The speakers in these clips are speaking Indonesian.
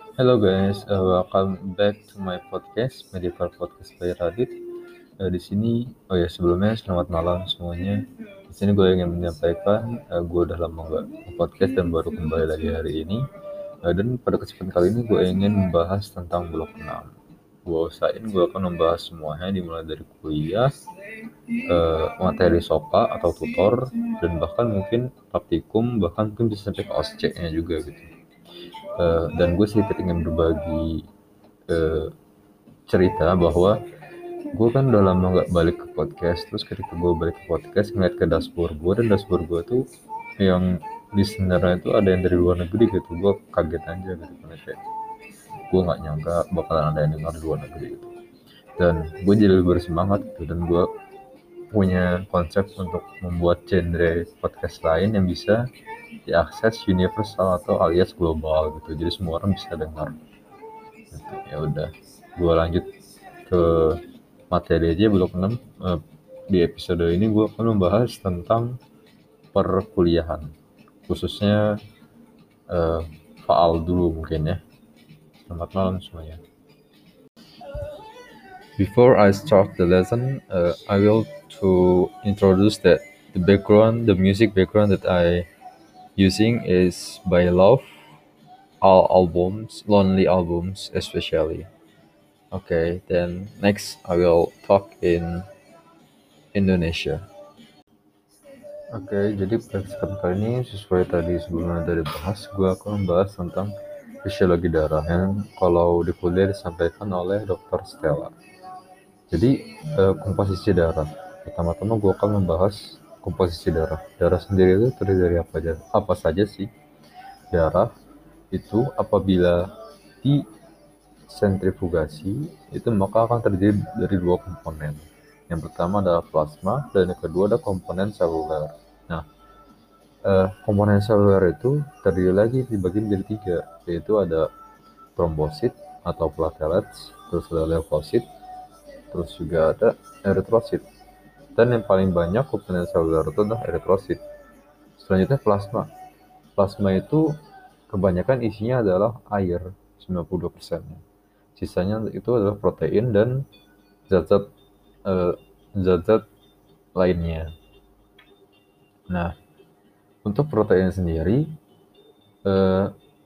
Hello guys, welcome back to my podcast, Medical Podcast by Radit. Di sini, sebelumnya selamat malam semuanya. Di sini gue ingin menyampaikan, gue udah lama nggak podcast dan baru kembali lagi hari ini. Dan pada kesempatan kali ini gue ingin membahas tentang blok 6. Gue akan membahas semuanya dimulai dari kuliah, materi SOPA atau tutor, dan bahkan mungkin praktikum, bahkan mungkin bisa sampai ke OSCE-nya juga gitu. Dan gue sedikit ingin berbagi cerita bahwa gue kan udah lama nggak balik ke podcast. Terus ketika gue balik ke podcast ngeliat ke dashboard gue, dan dashboard gue tuh yang listener-nya itu ada yang dari luar negeri gitu. Gue kaget aja gitu, karena kayak gue nggak nyangka bakalan ada yang dengar di luar negeri gitu. Dan gue jadi lebih bersemangat gitu, dan gue punya konsep untuk membuat genre podcast lain yang bisa diakses universal atau alias global gitu, jadi semua orang bisa dengar gitu. Ya udah, gue lanjut ke materi aja blok 6. Di episode ini gue akan membahas tentang perkuliahan, khususnya faal dulu mungkin ya. Selamat malam semuanya. Before I start the lesson, I will to introduce that the music background that I using is by Love, all albums, Lonely albums especially. Okay, then next I will talk in Indonesia. Oke, jadi pada kesempatan kali ini sesuai tadi sebelumnya dari bahas, gue akan membahas tentang fisiologi darah yang kalau di kuliah disampaikan oleh Dr. Stella. Jadi komposisi darah. Pertama-tama gue akan membahas komposisi darah. Darah sendiri itu terdiri dari apa aja? Apa saja sih? Darah itu apabila disentrifugasi itu maka akan terdiri dari dua komponen. Yang pertama adalah plasma dan yang kedua ada komponen seluler. Nah, komponen seluler itu terdiri lagi dibagi menjadi tiga, yaitu ada trombosit atau platelets, terus ada leukosit, terus juga ada eritrosit. Dan yang paling banyak komponen seluler itu adalah eritrosit. Selanjutnya plasma. Plasma itu kebanyakan isinya adalah air, 92%. Sisanya itu adalah protein dan zat-zat eh, zat-zat lainnya. Nah, untuk protein sendiri, eh,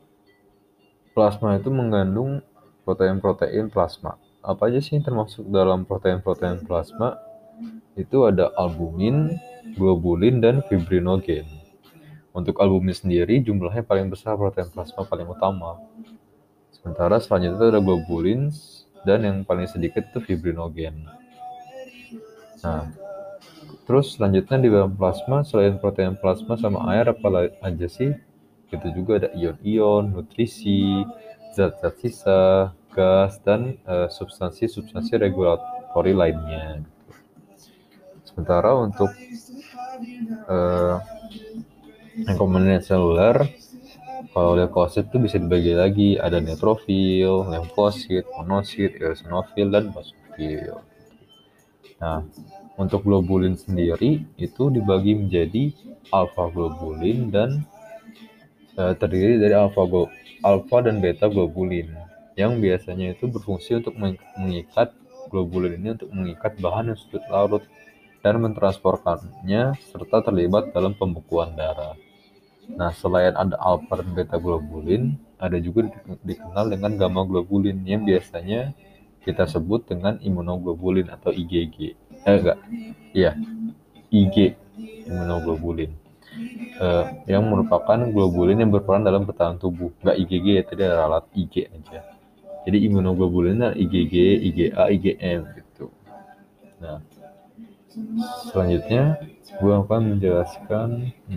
plasma itu mengandung protein-protein plasma. Apa aja sih yang termasuk dalam protein-protein plasma? Itu ada albumin, globulin, dan fibrinogen. Untuk albumin sendiri jumlahnya paling besar, protein plasma paling utama. Sementara selanjutnya ada globulin dan yang paling sedikit itu fibrinogen. Nah, terus selanjutnya di dalam plasma selain protein plasma sama air apa aja sih? Itu juga ada ion-ion, nutrisi, zat-zat sisa, gas, dan substansi-substansi regulatori lainnya. Sementara untuk eh, yang komponen seluler, kalau leukosit itu bisa dibagi lagi, ada neutrofil, limfosit, monosit, eosinofil, dan basofil. Nah, untuk globulin sendiri itu dibagi menjadi alfa globulin dan terdiri dari alfa dan beta globulin yang biasanya itu berfungsi untuk mengikat globulin ini untuk mengikat bahan yang sulit larut dan mentransportasinya serta terlibat dalam pembekuan darah. Nah, selain ada alfa dan beta globulin, ada juga dikenal dengan gamma globulin yang biasanya kita sebut dengan imunoglobulin atau IgG. Iya, IG, imunoglobulin. Yang merupakan globulin yang berperan dalam pertahanan tubuh. Nggak IgG ya, tadi ada alat IG aja. Jadi imunoglobulin adalah IgG, IgA, IgM gitu. Nah, selanjutnya gue akan menjelaskan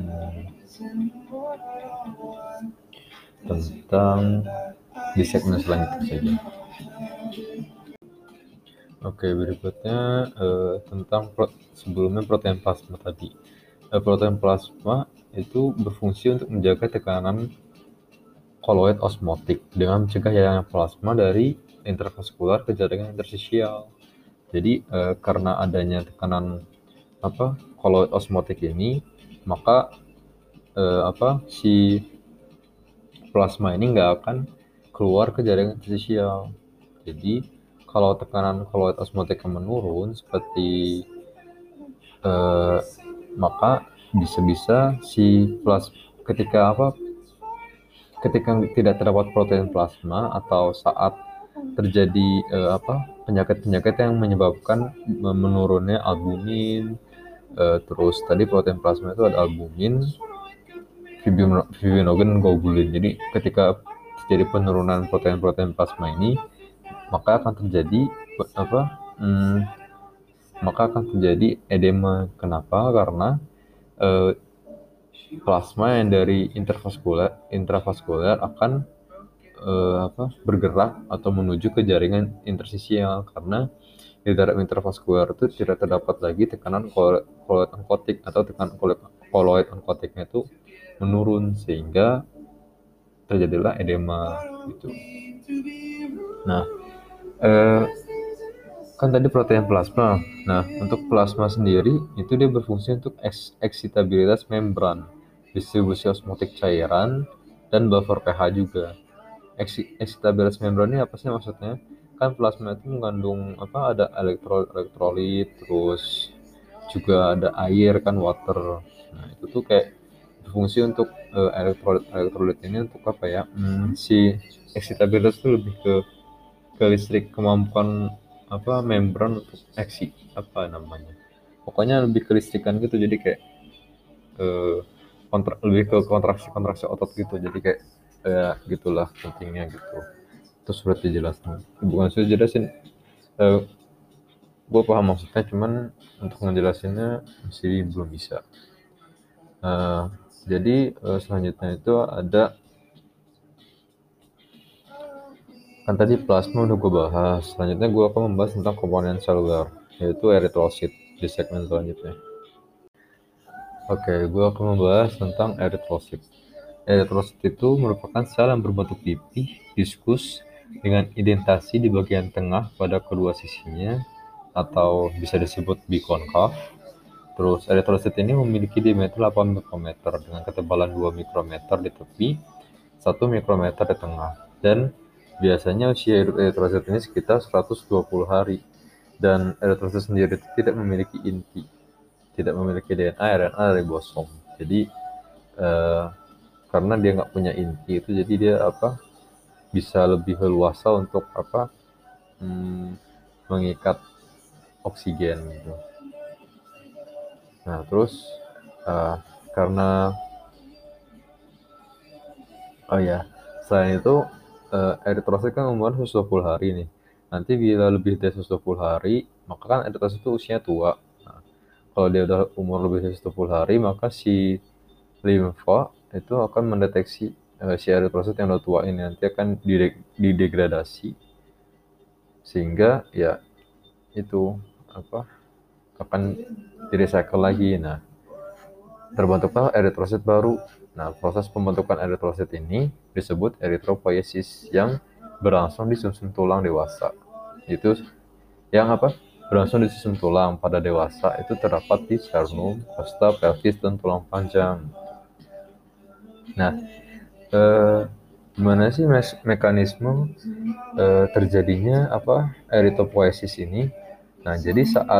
tentang di segmen selanjutnya saja. Oke, berikutnya tentang sebelumnya protein plasma tadi. Protein plasma itu berfungsi untuk menjaga tekanan koloid osmotik dengan mencegah hilangnya plasma dari intravaskular ke jaringan interstisial. Jadi karena adanya tekanan koloid osmotik ini, maka si plasma ini nggak akan keluar ke jaringan interstisial. Jadi kalau tekanan koloid osmotiknya menurun seperti eh, maka bisa-bisa si ketika tidak terdapat protein plasma atau saat terjadi penyakit-penyakit yang menyebabkan menurunnya albumin, terus tadi protein plasma itu ada albumin, fibrinogen, globulin. Jadi ketika terjadi penurunan protein-protein plasma ini, maka akan terjadi apa? Hmm, maka akan terjadi edema. Kenapa? Karena eh, plasma yang dari intravaskuler akan bergerak atau menuju ke jaringan interstisial, karena di dalam intravaskuler itu tidak terdapat lagi tekanan koloid onkotik atau tekanan koloid onkotiknya itu menurun, sehingga terjadilah edema gitu. Nah, eh, kan tadi protein plasma. Nah, untuk plasma sendiri itu dia berfungsi untuk eksitabilitas membran, distribusi osmotik cairan, dan buffer pH juga. Eksitabilitas membran ini apa sih maksudnya? Kan plasma itu mengandung ada elektrolit, terus juga ada air kan, water. Nah, itu tuh kayak berfungsi untuk elektrolit ini untuk apa ya? Si eksitabilitas itu lebih ke listrik, kemampuan membran untuk apa namanya, pokoknya lebih ke listrikan gitu. Jadi kayak eh, lebih ke kontraksi otot gitu. Jadi kayak gitulah pentingnya gitu. Terus sudah dijelasin, bukan sudah jelasin, eh, gue paham maksudnya, cuman untuk ngejelasinnya masih belum bisa. Eh, jadi selanjutnya itu ada, kan tadi plasma udah gue bahas. Selanjutnya gue akan membahas tentang komponen seluler, yaitu eritrosit di segmen selanjutnya. Oke, gue akan membahas tentang eritrosit. Eritrosit itu merupakan sel yang berbentuk pipih, diskus, dengan indentasi di bagian tengah pada kedua sisinya, atau bisa disebut bikonkav. Terus eritrosit ini memiliki diameter 8 mikrometer dengan ketebalan 2 mikrometer di tepi, 1 mikrometer di tengah. Dan biasanya usia eritrosit ini sekitar 120 hari. Dan eritrosit sendiri itu tidak memiliki inti, tidak memiliki DNA, RNA, ribosom. Jadi karena dia nggak punya inti itu, jadi dia bisa lebih leluasa untuk mengikat oksigen gitu. Nah terus eh, karena oh ya selain itu eritrosit kan umur 120 hari nih. Nanti bila lebih dari 120 hari maka kan eritrosit itu usianya tua. Nah, kalau dia udah umur lebih dari 120 hari maka si limfa itu akan mendeteksi si eritrosit yang udah tua ini nanti akan didegradasi, sehingga ya itu akan di-recycle lagi. Nah, terbentuklah eritrosit baru. Nah, proses pembentukan eritrosit ini disebut eritropoiesis yang berlangsung di sumsum tulang dewasa. Itu yang berlangsung di sumsum tulang pada dewasa itu terdapat di sternum, costa, pelvis, dan tulang panjang. Nah, gimana sih mekanisme terjadinya eritropoiesis ini? Nah, jadi saat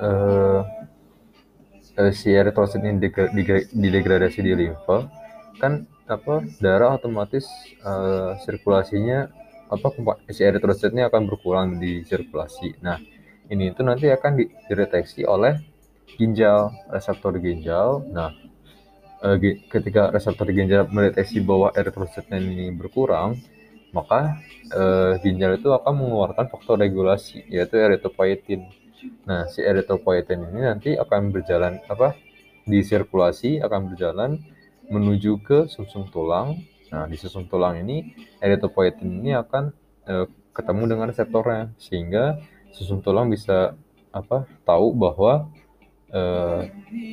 si eritrosit ini didegradasi di limfa, kan darah otomatis sirkulasinya si eritrosit ini akan berkurang di sirkulasi. Nah, ini itu nanti akan dideteksi oleh reseptor ginjal. Nah, ketika reseptor ginjal mendeteksi bahwa eritrositnya ini berkurang, maka ginjal itu akan mengeluarkan faktor regulasi, yaitu eritropoietin. Nah, si eritropoietin ini nanti akan berjalan di sirkulasi, akan berjalan menuju ke sumsum tulang. Nah, di sumsum tulang ini eritropoietin ini akan ketemu dengan reseptornya, sehingga sumsum tulang bisa tahu bahwa eh,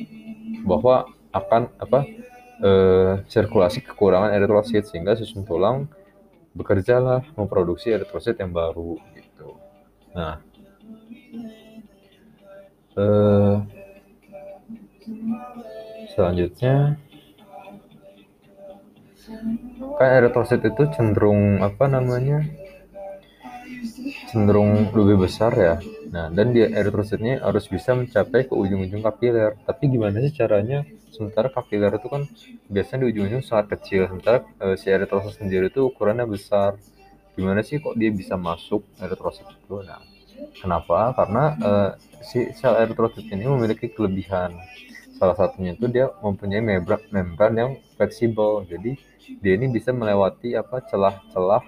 akan sirkulasi kekurangan eritrosit, sehingga sumsum tulang bekerjalah memproduksi eritrosit yang baru gitu. Nah, selanjutnya Kan eritrosit itu cenderung lebih besar ya. Nah, dan dia eritrositnya harus bisa mencapai ke ujung-ujung kapiler. Tapi gimana sih caranya? Sementara kapiler itu kan biasanya di ujung-ujung sangat kecil, sementara si eritrosit sendiri itu ukurannya besar. Gimana sih kok dia bisa masuk eritrosit itu? Nah, kenapa? Karena si sel eritrosit ini memiliki kelebihan. Salah satunya itu dia mempunyai membran yang fleksibel. Jadi dia ini bisa melewati celah-celah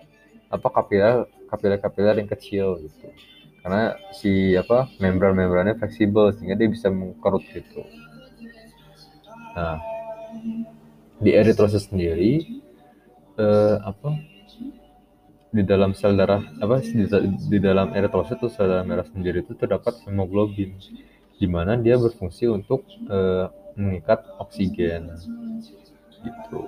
kapiler yang kecil gitu. Karena si membrannya fleksibel sehingga dia bisa mengkerut gitu. Nah, di eritrosit sendiri eh, apa di dalam sel darah di dalam eritrosit itu sel darah merah sendiri itu terdapat hemoglobin di mana dia berfungsi untuk mengikat oksigen gitu.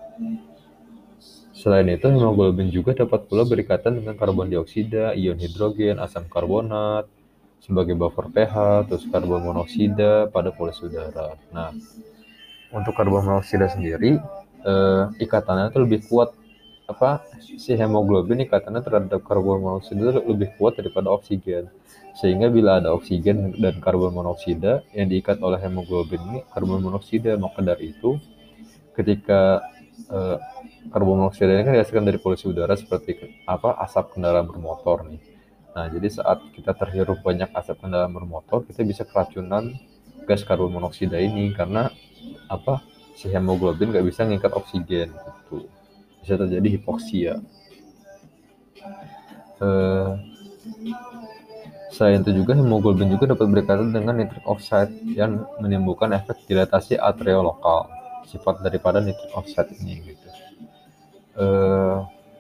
Selain itu, hemoglobin juga dapat pula berikatan dengan karbon dioksida, ion hidrogen, asam karbonat, sebagai buffer pH, terus karbon monoksida pada polusi udara. Nah, untuk karbon monoksida sendiri, ikatannya itu lebih kuat. Si hemoglobin ikatannya terhadap karbon monoksida itu lebih kuat daripada oksigen. Sehingga bila ada oksigen dan karbon monoksida yang diikat oleh hemoglobin ini karbon monoksida, maka dari itu ketika eh, karbon monoksida ini kan dihasilkan dari polusi udara seperti asap kendaraan bermotor nih. Nah, jadi saat kita terhirup banyak asap kendaraan bermotor, kita bisa keracunan gas karbon monoksida ini karena si hemoglobin nggak bisa mengikat oksigen gitu. Bisa terjadi hipoksia. Eh, Selain itu juga hemoglobin juga dapat berikatan dengan nitric oxide yang menimbulkan efek dilatasi atrial lokal. Sifat daripada nitric oxide ini gitu. Eh,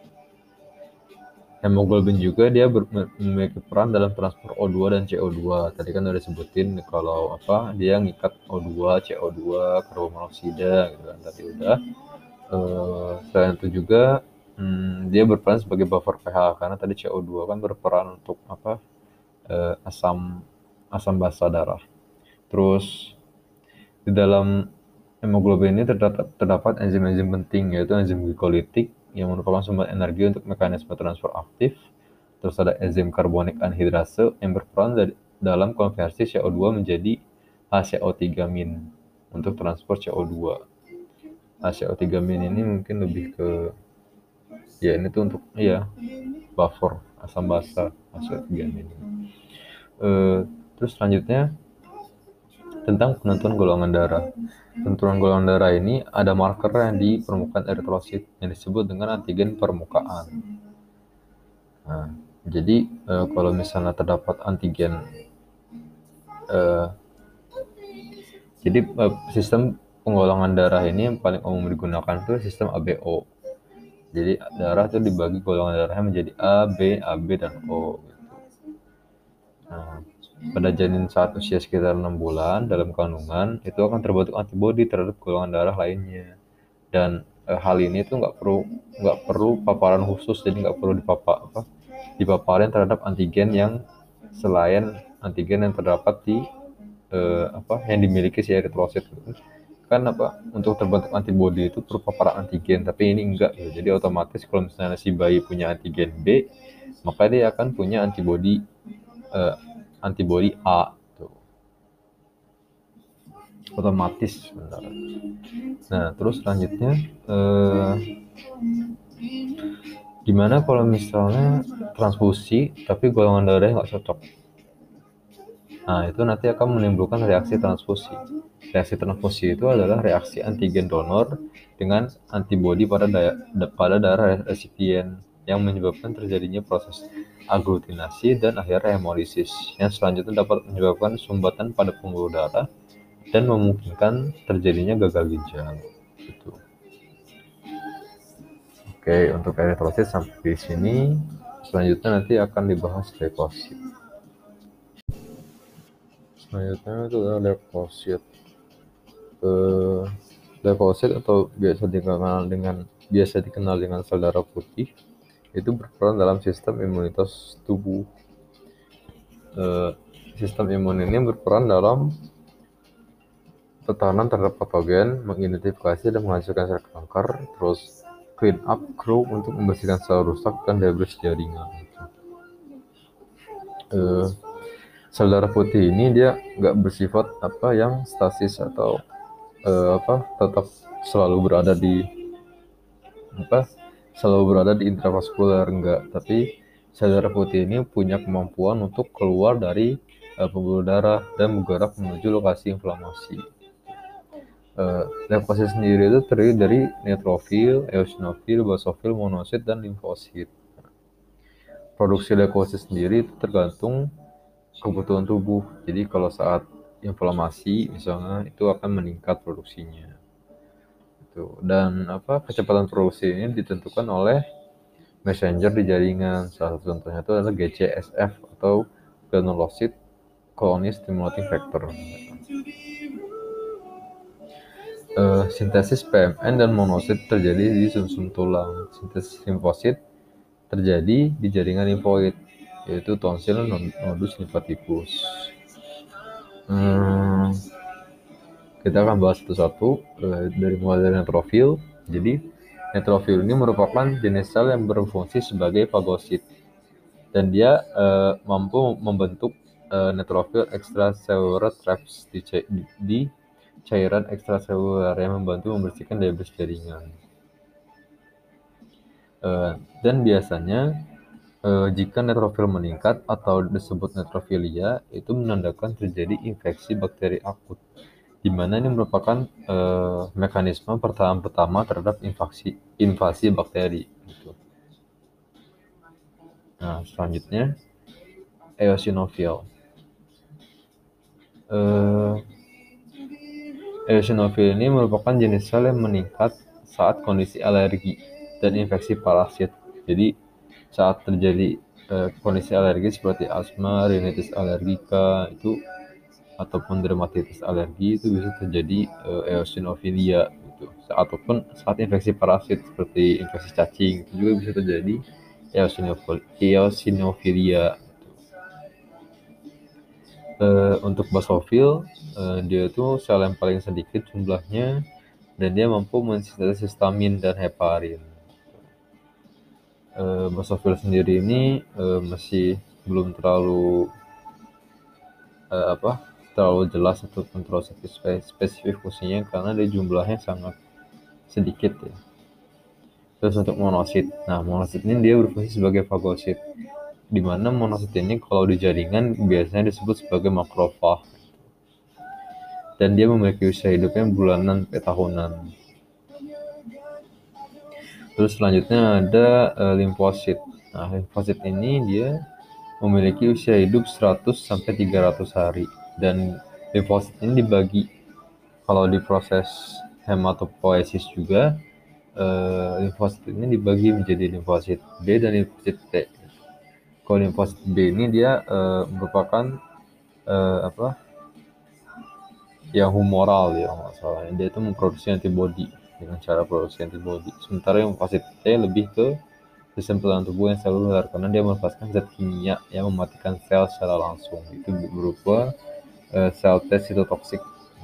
Hemoglobin juga dia memiliki peran dalam transport O2 dan CO2. Tadi kan udah disebutin kalau dia ngikat O2, CO2, karbon monoksida gitu kan tadi udah. Selain itu juga dia berperan sebagai buffer pH karena tadi CO2 kan berperan untuk asam asam basa darah. Terus di dalam hemoglobin ini terdapat enzim-enzim penting yaitu enzim glikolitik yang merupakan sumber energi untuk mekanisme transfer aktif. Terus ada enzim karbonik anhidrase yang berperan dalam konversi CO2 menjadi HCO3- untuk transport CO2. HCO3- ini mungkin lebih ke ini tuh untuk buffer asam basa HCO3-. Terus selanjutnya tentang penentuan golongan darah. Penentuan golongan darah ini ada marker yang di permukaan eritrosit yang disebut dengan antigen permukaan. Nah, jadi kalau misalnya terdapat antigen, sistem penggolongan darah ini yang paling umum digunakan itu sistem ABO. Jadi darah itu dibagi golongan darahnya menjadi A, B, AB, dan O. Nah, pada janin saat usia sekitar 6 bulan dalam kandungan itu akan terbentuk antibodi terhadap golongan darah lainnya. Dan hal ini tuh nggak perlu paparan khusus, jadi nggak perlu dipaparin terhadap antigen yang selain antigen yang terdapat di yang dimiliki si eritrosit kan untuk terbentuk antibodi itu perlu paparan antigen, tapi ini enggak gitu. Jadi otomatis kalau misalnya si bayi punya antigen B, maka dia akan punya antibodi A tuh. Otomatis sebenarnya. Nah, terus selanjutnya gimana kalau misalnya transfusi tapi golongan darahnya nggak cocok? Nah, itu nanti akan menimbulkan reaksi transfusi. Reaksi transfusi itu adalah reaksi antigen donor dengan antibodi pada darah resipien yang menyebabkan terjadinya proses aglutinasi dan akhirnya hemolisis yang selanjutnya dapat menyebabkan sumbatan pada pembuluh darah dan memungkinkan terjadinya gagal ginjal. Gitu. Oke, untuk eritrosit sampai di sini. Selanjutnya nanti akan dibahas leukosit. Selanjutnya itu adalah leukosit. Leukosit atau biasa dikenal dengan sel darah putih itu berperan dalam sistem imunitas tubuh. Sistem imun ini berperan dalam pertahanan terhadap patogen, mengidentifikasi dan menghasilkan sel kanker, terus clean up grow untuk membersihkan sel rusak dan debris jaringan. Sel darah putih ini dia nggak bersifat yang stasis atau tetap selalu berada di intravaskuler, enggak, tapi sel darah putih ini punya kemampuan untuk keluar dari pembuluh darah dan bergerak menuju lokasi inflamasi. Leukosit sendiri itu terdiri dari neutrofil, eosinofil, basofil, monosit, dan limfosit. Produksi leukosit sendiri itu tergantung kebutuhan tubuh. Jadi kalau saat inflamasi misalnya itu akan meningkat produksinya. Dan kecepatan produksi ini ditentukan oleh messenger di jaringan. Salah satu contohnya itu adalah GCSF atau granulocyte colony stimulating factor. Sintesis PMN dan monosit terjadi di sumsum tulang. Sintesis limfosit terjadi di jaringan limfoid, yaitu tonsil, nodus lymphaticus. Kita akan bahas satu-satu dari mulai dari neutrofil. Jadi neutrofil ini merupakan jenis sel yang berfungsi sebagai fagosit dan dia mampu membentuk neutrofil extracellular traps di cairan ekstraseluler yang membantu membersihkan debris jaringan. Dan biasanya jika neutrofil meningkat atau disebut neutrofilia, itu menandakan terjadi infeksi bakteri akut, di mana ini merupakan mekanisme pertahanan pertama terhadap invasi bakteri. Gitu. Nah, selanjutnya eosinofil. Eosinofil ini merupakan jenis sel yang meningkat saat kondisi alergi dan infeksi parasit. Jadi saat terjadi kondisi alergi seperti asma, rinitis alergika itu ataupun dermatitis alergi itu bisa terjadi eosinofilia gitu. Ataupun saat infeksi parasit seperti infeksi cacing itu juga bisa terjadi eosinofilia. Untuk basofil dia itu sel yang paling sedikit jumlahnya dan dia mampu mensintesis histamin dan heparin. Basofil sendiri ini masih belum terlalu jelas ataupun terlalu spesifik fungsinya karena dia jumlahnya sangat sedikit ya. Terus untuk monosit, monosit ini dia berfungsi sebagai fagosit, di mana monosit ini kalau di jaringan biasanya disebut sebagai makrofag dan dia memiliki usia hidupnya bulanan sampai tahunan. Terus selanjutnya ada limfosit. Limfosit ini dia memiliki usia hidup 100 sampai 300 hari dan limfosit ini dibagi. Kalau di proses hematopoiesis juga limfosit ini dibagi menjadi limfosit B dan limfosit T. Kalau limfosit B ini dia merupakan yang humoral ya masalahnya. Dia itu memproduksi antibodi dengan cara produksi antibodi. Sementara limfosit T lebih ke sistem pertahanan tubuh yang seluler karena dia melepaskan zat kimia yang mematikan sel secara langsung. Itu berupa sel T sitotoksik.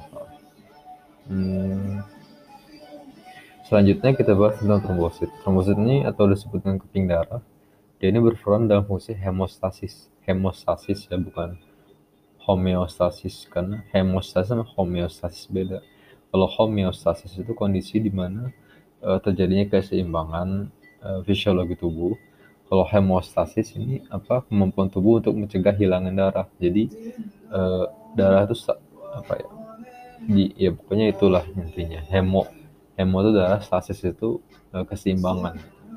Selanjutnya kita bahas tentang trombosit. Trombosit ini atau disebut dengan keping darah. Dia ini berperan dalam fungsi hemostasis. Hemostasis ya, bukan homeostasis, karena hemostasis sama homeostasis beda. Kalau homeostasis itu kondisi di mana terjadinya keseimbangan fisiologi tubuh. Kalau hemostasis ini kemampuan tubuh untuk mencegah hilangan darah. Jadi darah itu pokoknya itulah intinya. Hemo itu darah, stasis itu keseimbangan.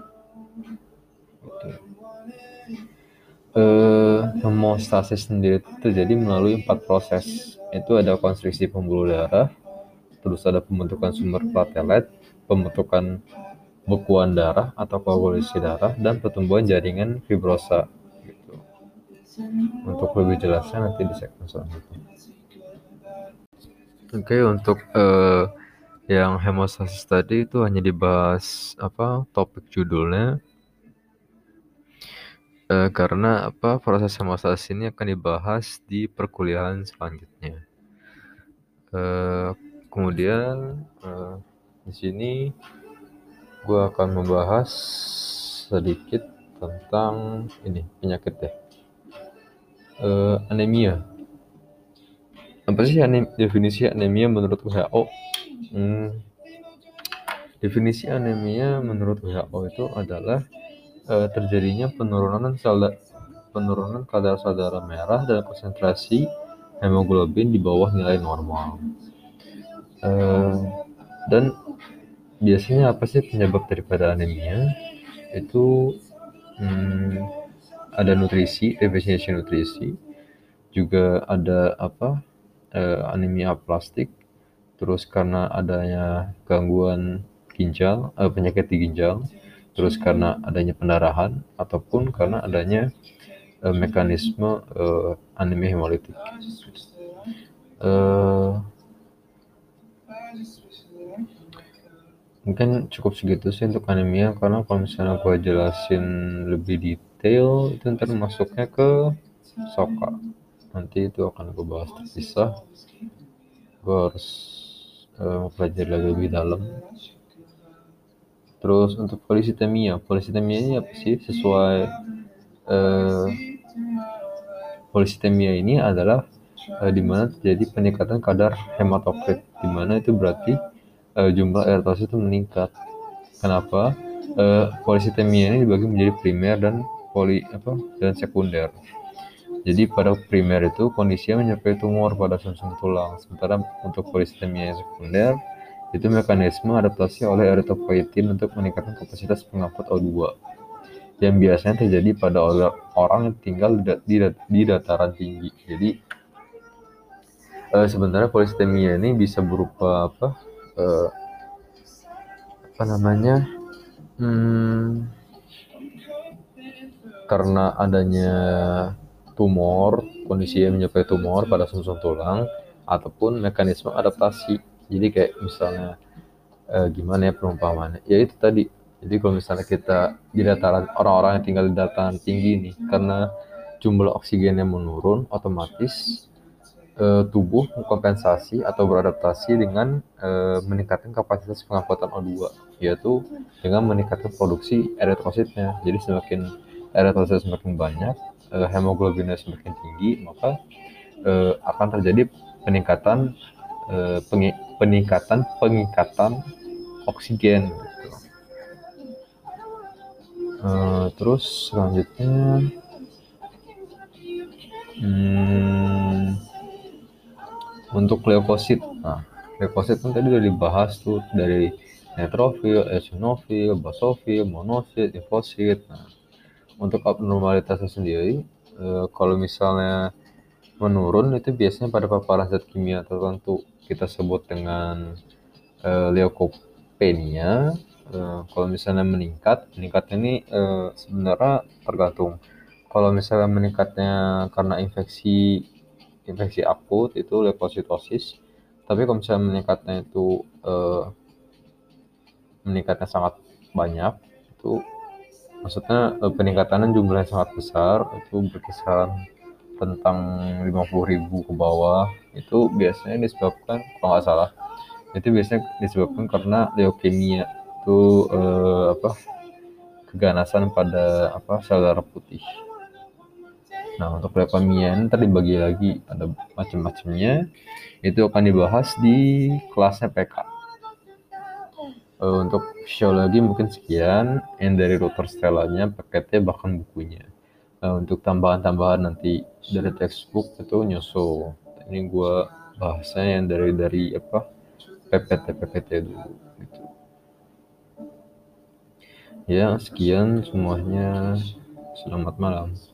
Hemostasis sendiri terjadi melalui 4 proses. Itu ada konstriksi pembuluh darah, terus ada pembentukan sumber platelet, pembentukan bekuan darah atau koagulasi darah, dan pertumbuhan jaringan fibrosa. Gitu. Untuk lebih jelasnya nanti di segmen selanjutnya. Oke, untuk yang hemostasis tadi itu hanya dibahas topik judulnya. Karena proses hemostasis ini akan dibahas di perkuliahan selanjutnya. Kemudian di sini gue akan membahas sedikit tentang ini penyakit ya. Anemia. Apa sih definisi anemia menurut WHO? Definisi anemia menurut WHO itu adalah terjadinya penurunan kadar sel darah merah dan konsentrasi hemoglobin di bawah nilai normal. Dan biasanya apa sih penyebab daripada anemia? Itu ada nutrisi, defisiensi nutrisi, juga ada anemia aplastik, terus karena adanya gangguan ginjal, penyakit di ginjal, terus karena adanya pendarahan, ataupun karena adanya mekanisme anemia hemolitik. Mungkin cukup segitu sih untuk anemia, karena kalau misalnya gue jelasin lebih detail itu ntar masuknya ke SOKA, nanti itu akan gue bahas terpisah. Gue harus pelajari lagi lebih dalam. Terus untuk polisitemia ini apa sih? Polisitemia ini adalah di mana terjadi peningkatan kadar hematokrit, di mana itu berarti jumlah erytrosit itu meningkat. Kenapa? Polisitemia ini dibagi menjadi primer dan sekunder. Jadi pada primer itu kondisinya menyerupai tumor pada sumsum tulang, sementara untuk polisitemia yang sekunder itu mekanisme adaptasi oleh eritropoietin untuk meningkatkan kapasitas pengangkut O2 yang biasanya terjadi pada orang yang tinggal di dataran tinggi. Jadi sebenarnya polisitemia ini bisa berupa karena adanya tumor, kondisinya menyerupai tumor pada sumsum tulang, ataupun mekanisme adaptasi. Jadi kayak misalnya gimana ya perumpamannya? Ya itu tadi. Jadi kalau misalnya kita di dataran, orang-orang yang tinggal di dataran tinggi nih, karena jumlah oksigennya menurun, otomatis tubuh mengkompensasi atau beradaptasi dengan meningkatkan kapasitas pengangkutan O2, yaitu dengan meningkatkan produksi eritrositnya. Jadi semakin eritrosit semakin banyak, hemoglobinnya semakin tinggi, maka akan terjadi peningkatan oksigen gitu. Terus selanjutnya untuk leukosit. Nah, leukosit kan tadi udah dibahas tuh, dari neutrofil, eosinofil, basofil, monosit, limfosit. Nah, untuk abnormalitasnya sendiri, kalau misalnya menurun itu biasanya pada paparan zat kimia tertentu, kita sebut dengan leukopenia. Kalau misalnya meningkatnya ini sebenarnya tergantung. Kalau misalnya meningkatnya karena infeksi akut itu leukositosis, tapi kalau misalnya meningkatnya sangat banyak, itu maksudnya peningkatannya jumlahnya sangat besar, itu berkisaran tentang 50.000 ke bawah, itu biasanya disebabkan, kalau nggak salah, itu biasanya disebabkan karena leukemia, itu keganasan pada sel darah putih. Nah, untuk leukemia ini tadi dibagi lagi, ada macam-macamnya, itu akan dibahas di kelasnya PK. Untuk fisiologi mungkin sekian, yang dari Dr. Stellanya, paketnya, bahkan bukunya. Untuk tambahan-tambahan nanti dari textbook itu nyusul. Ini gue bahasnya yang dari PPT dulu gitu. Ya, sekian semuanya. Selamat malam.